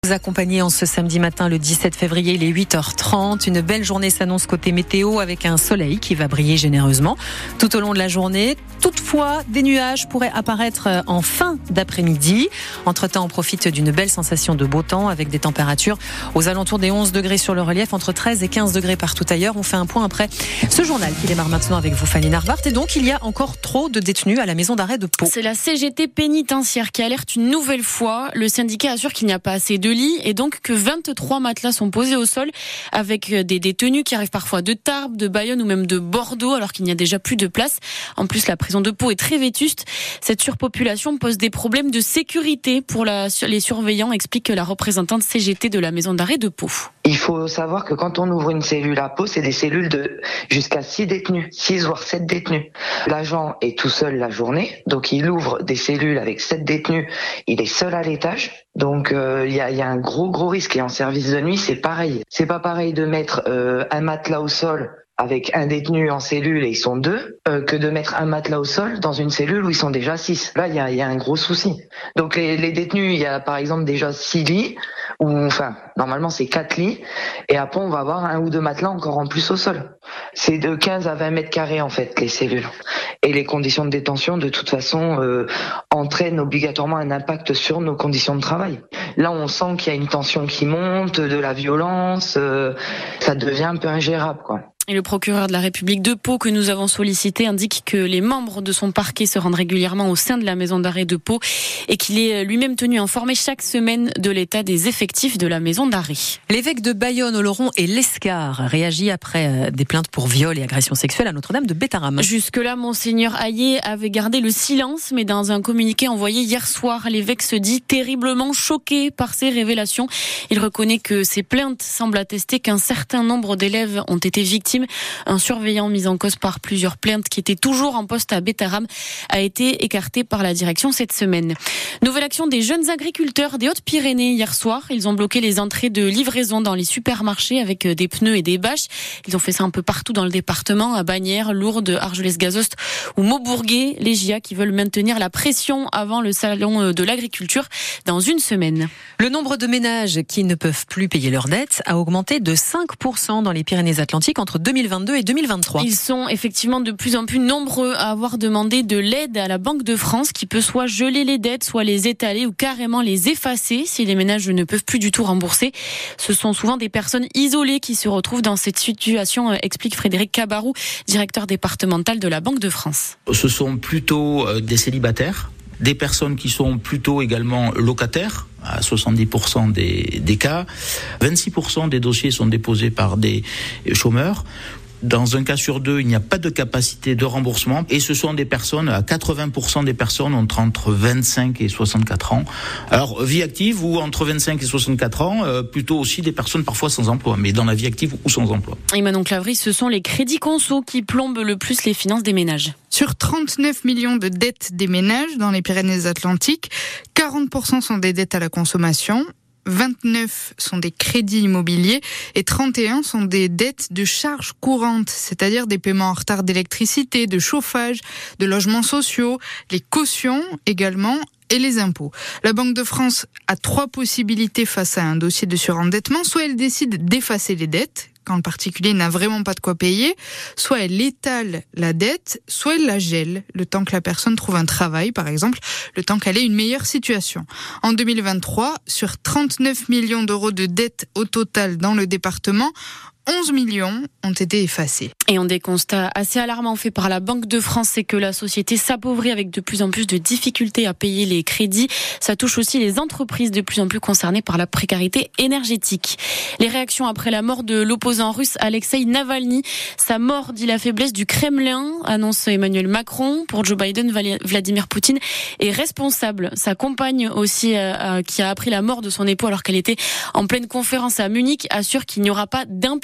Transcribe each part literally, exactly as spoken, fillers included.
Vous accompagnez en ce samedi matin le dix-sept février, il est huit heures trente. Une belle journée s'annonce côté météo avec un soleil qui va briller généreusement tout au long de la journée. Toutefois, des nuages pourraient apparaître en fin d'après-midi. Entre-temps, on profite d'une belle sensation de beau temps avec des températures aux alentours des onze degrés sur le relief, entre treize et quinze degrés partout ailleurs. On fait un point après ce journal qui démarre maintenant avec vous, Fanny Narvart. Et donc, il y a encore trop de détenus à la maison d'arrêt de Pau. C'est la C G T pénitentiaire qui alerte une nouvelle fois. Le syndicat assure qu'il n'y a pas assez de lits et donc que vingt-trois matelas sont posés au sol avec des détenus qui arrivent parfois de Tarbes, de Bayonne ou même de Bordeaux alors qu'il n'y a déjà plus de place. En plus, la prison de Pau est très vétuste. Cette surpopulation pose des problèmes de sécurité pour la, les surveillants, explique la représentante C G T de la maison d'arrêt de Pau. Il faut savoir que quand on ouvre une cellule à Pau, c'est des cellules de jusqu'à six détenus, six voire sept détenus. L'agent est tout seul la journée, donc il ouvre des cellules avec sept détenus, il est seul à l'étage. Donc il euh, y, a, y a un gros gros risque, et en service de nuit c'est pareil. C'est pas pareil de mettre euh, un matelas au sol avec un détenu en cellule et ils sont deux, euh, que de mettre un matelas au sol dans une cellule où ils sont déjà six. Là, il y a, y a un gros souci. Donc les, les détenus, il y a par exemple déjà six lits, ou enfin, normalement c'est quatre lits, et après on va avoir un ou deux matelas encore en plus au sol. C'est de quinze à vingt mètres carrés en fait, les cellules. Et les conditions de détention, de toute façon, euh, entraînent obligatoirement un impact sur nos conditions de travail. Là, on sent qu'il y a une tension qui monte, de la violence, euh, ça devient un peu ingérable, quoi. Et le procureur de la République de Pau que nous avons sollicité indique que les membres de son parquet se rendent régulièrement au sein de la maison d'arrêt de Pau et qu'il est lui-même tenu informé chaque semaine de l'état des effectifs de la maison d'arrêt. L'évêque de Bayonne, Oloron et l'Escar réagit après des plaintes pour viol et agression sexuelle à Notre-Dame de Bétharram. Jusque-là, Monseigneur Hayet avait gardé le silence, mais dans un communiqué envoyé hier soir, l'évêque se dit terriblement choqué par ces révélations. Il reconnaît que ces plaintes semblent attester qu'un certain nombre d'élèves ont été victimes. Un surveillant mis en cause par plusieurs plaintes qui était toujours en poste à Bétharram a été écarté par la direction cette semaine. Nouvelle action des jeunes agriculteurs des Hautes-Pyrénées hier soir. Ils ont bloqué les entrées de livraison dans les supermarchés avec des pneus et des bâches. Ils ont fait ça un peu partout dans le département, à Bagnères, Lourdes, Argelès-Gazost ou Maubourguet. Les J A qui veulent maintenir la pression avant le salon de l'agriculture dans une semaine. Le nombre de ménages qui ne peuvent plus payer leurs dettes a augmenté de cinq pour cent dans les Pyrénées-Atlantiques entre deux mille vingt-deux et deux mille vingt-trois. Ils sont effectivement de plus en plus nombreux à avoir demandé de l'aide à la Banque de France qui peut soit geler les dettes, soit les étaler ou carrément les effacer si les ménages ne peuvent plus du tout rembourser. Ce sont souvent des personnes isolées qui se retrouvent dans cette situation, explique Frédéric Cabarou, directeur départemental de la Banque de France. Ce sont plutôt des célibataires, des personnes qui sont plutôt également locataires, à soixante-dix pour cent des, des cas. vingt-six pour cent des dossiers sont déposés par des chômeurs. Dans un cas sur deux, il n'y a pas de capacité de remboursement. Et ce sont des personnes, à quatre-vingts pour cent des personnes ont entre vingt-cinq et soixante-quatre ans. Alors, vie active ou entre vingt-cinq et soixante-quatre ans, euh, plutôt aussi des personnes parfois sans emploi, mais dans la vie active ou sans emploi. Et Manon Clavry, ce sont les crédits conso qui plombent le plus les finances des ménages. Sur trente-neuf millions de dettes des ménages dans les Pyrénées-Atlantiques, quarante pour cent sont des dettes à la consommation, vingt-neuf sont des crédits immobiliers et trente et un sont des dettes de charges courantes, c'est-à-dire des paiements en retard d'électricité, de chauffage, de logements sociaux, les cautions également et les impôts. La Banque de France a trois possibilités face à un dossier de surendettement. Soit elle décide d'effacer les dettes, quand le particulier n'a vraiment pas de quoi payer, soit elle étale la dette, soit elle la gèle, le temps que la personne trouve un travail, par exemple, le temps qu'elle ait une meilleure situation. En deux mille vingt-trois, sur trente-neuf millions d'euros de dettes au total dans le département, onze millions ont été effacés. Et on des constats assez alarmants faits par la Banque de France, c'est que la société s'appauvrit avec de plus en plus de difficultés à payer les crédits. Ça touche aussi les entreprises de plus en plus concernées par la précarité énergétique. Les réactions après la mort de l'opposant russe Alexeï Navalny. Sa mort dit la faiblesse du Kremlin, annonce Emmanuel Macron. Pour Joe Biden, Vladimir Poutine est responsable. Sa compagne aussi, euh, qui a appris la mort de son époux alors qu'elle était en pleine conférence à Munich, assure qu'il n'y aura pas d'impunité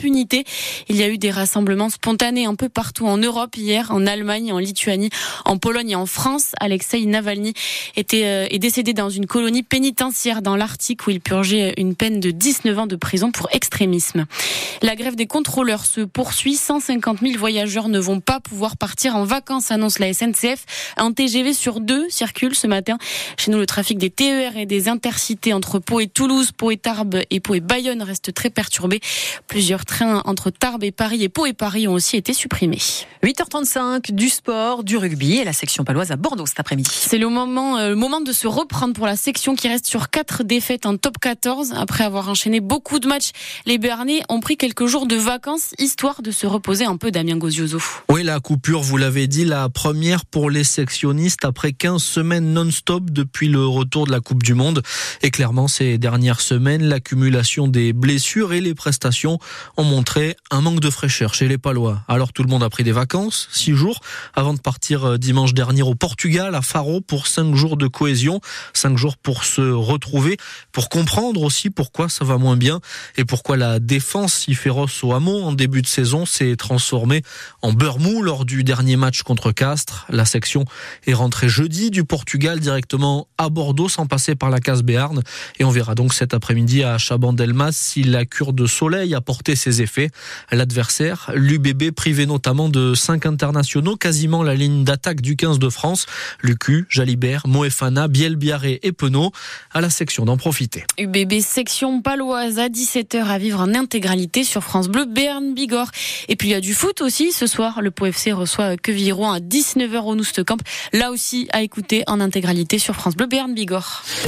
impunité. Il y a eu des rassemblements spontanés un peu partout en Europe hier, en Allemagne, en Lituanie, en Pologne et en France. Alexei Navalny était, euh, est décédé dans une colonie pénitentiaire dans l'Arctique où il purgeait une peine de dix-neuf ans de prison pour extrémisme. La grève des contrôleurs se poursuit. cent cinquante mille voyageurs ne vont pas pouvoir partir en vacances, annonce la S N C F. Un T G V sur deux circule ce matin. Chez nous, le trafic des T E R et des intercités entre Pau et Toulouse, Pau et Tarbes et Pau et Bayonne reste très perturbé. Plusieurs trains entre Tarbes et Paris et Pau et Paris ont aussi été supprimés. huit heures trente-cinq, du sport, du rugby et la section paloise à Bordeaux cet après-midi. C'est le moment, euh, le moment de se reprendre pour la section qui reste sur quatre défaites en top quatorze. Après avoir enchaîné beaucoup de matchs, les Béarnais ont pris quelques jours de vacances, histoire de se reposer un peu. Damien Gozioso. Oui, la coupure, vous l'avez dit, la première pour les sectionnistes après quinze semaines non-stop depuis le retour de la Coupe du Monde. Et clairement, ces dernières semaines, l'accumulation des blessures et les prestations ont montré un manque de fraîcheur chez les Palois. Alors tout le monde a pris des vacances, six jours, avant de partir dimanche dernier au Portugal, à Faro, pour cinq jours de cohésion, cinq jours pour se retrouver, pour comprendre aussi pourquoi ça va moins bien et pourquoi la défense si féroce au Hameau en début de saison s'est transformée en beurre mou lors du dernier match contre Castres. La section est rentrée jeudi du Portugal directement à Bordeaux sans passer par la case Béarn et on verra donc cet après-midi à Chabandelmas si la cure de soleil a porté ses effets. L'adversaire, l'U B B, privé notamment de cinq internationaux, quasiment la ligne d'attaque du quinze de France, Lucu, Jalibert, Moefana, Bielbiaré et Penaud, à la section d'en profiter. U B B section paloise à dix-sept heures à vivre en intégralité sur France Bleu Béarn Bigorre. Et puis il y a du foot aussi ce soir, le Pau F C reçoit Quevilly-Rouen à dix-neuf heures au Noustecamp, là aussi à écouter en intégralité sur France Bleu Béarn Bigorre.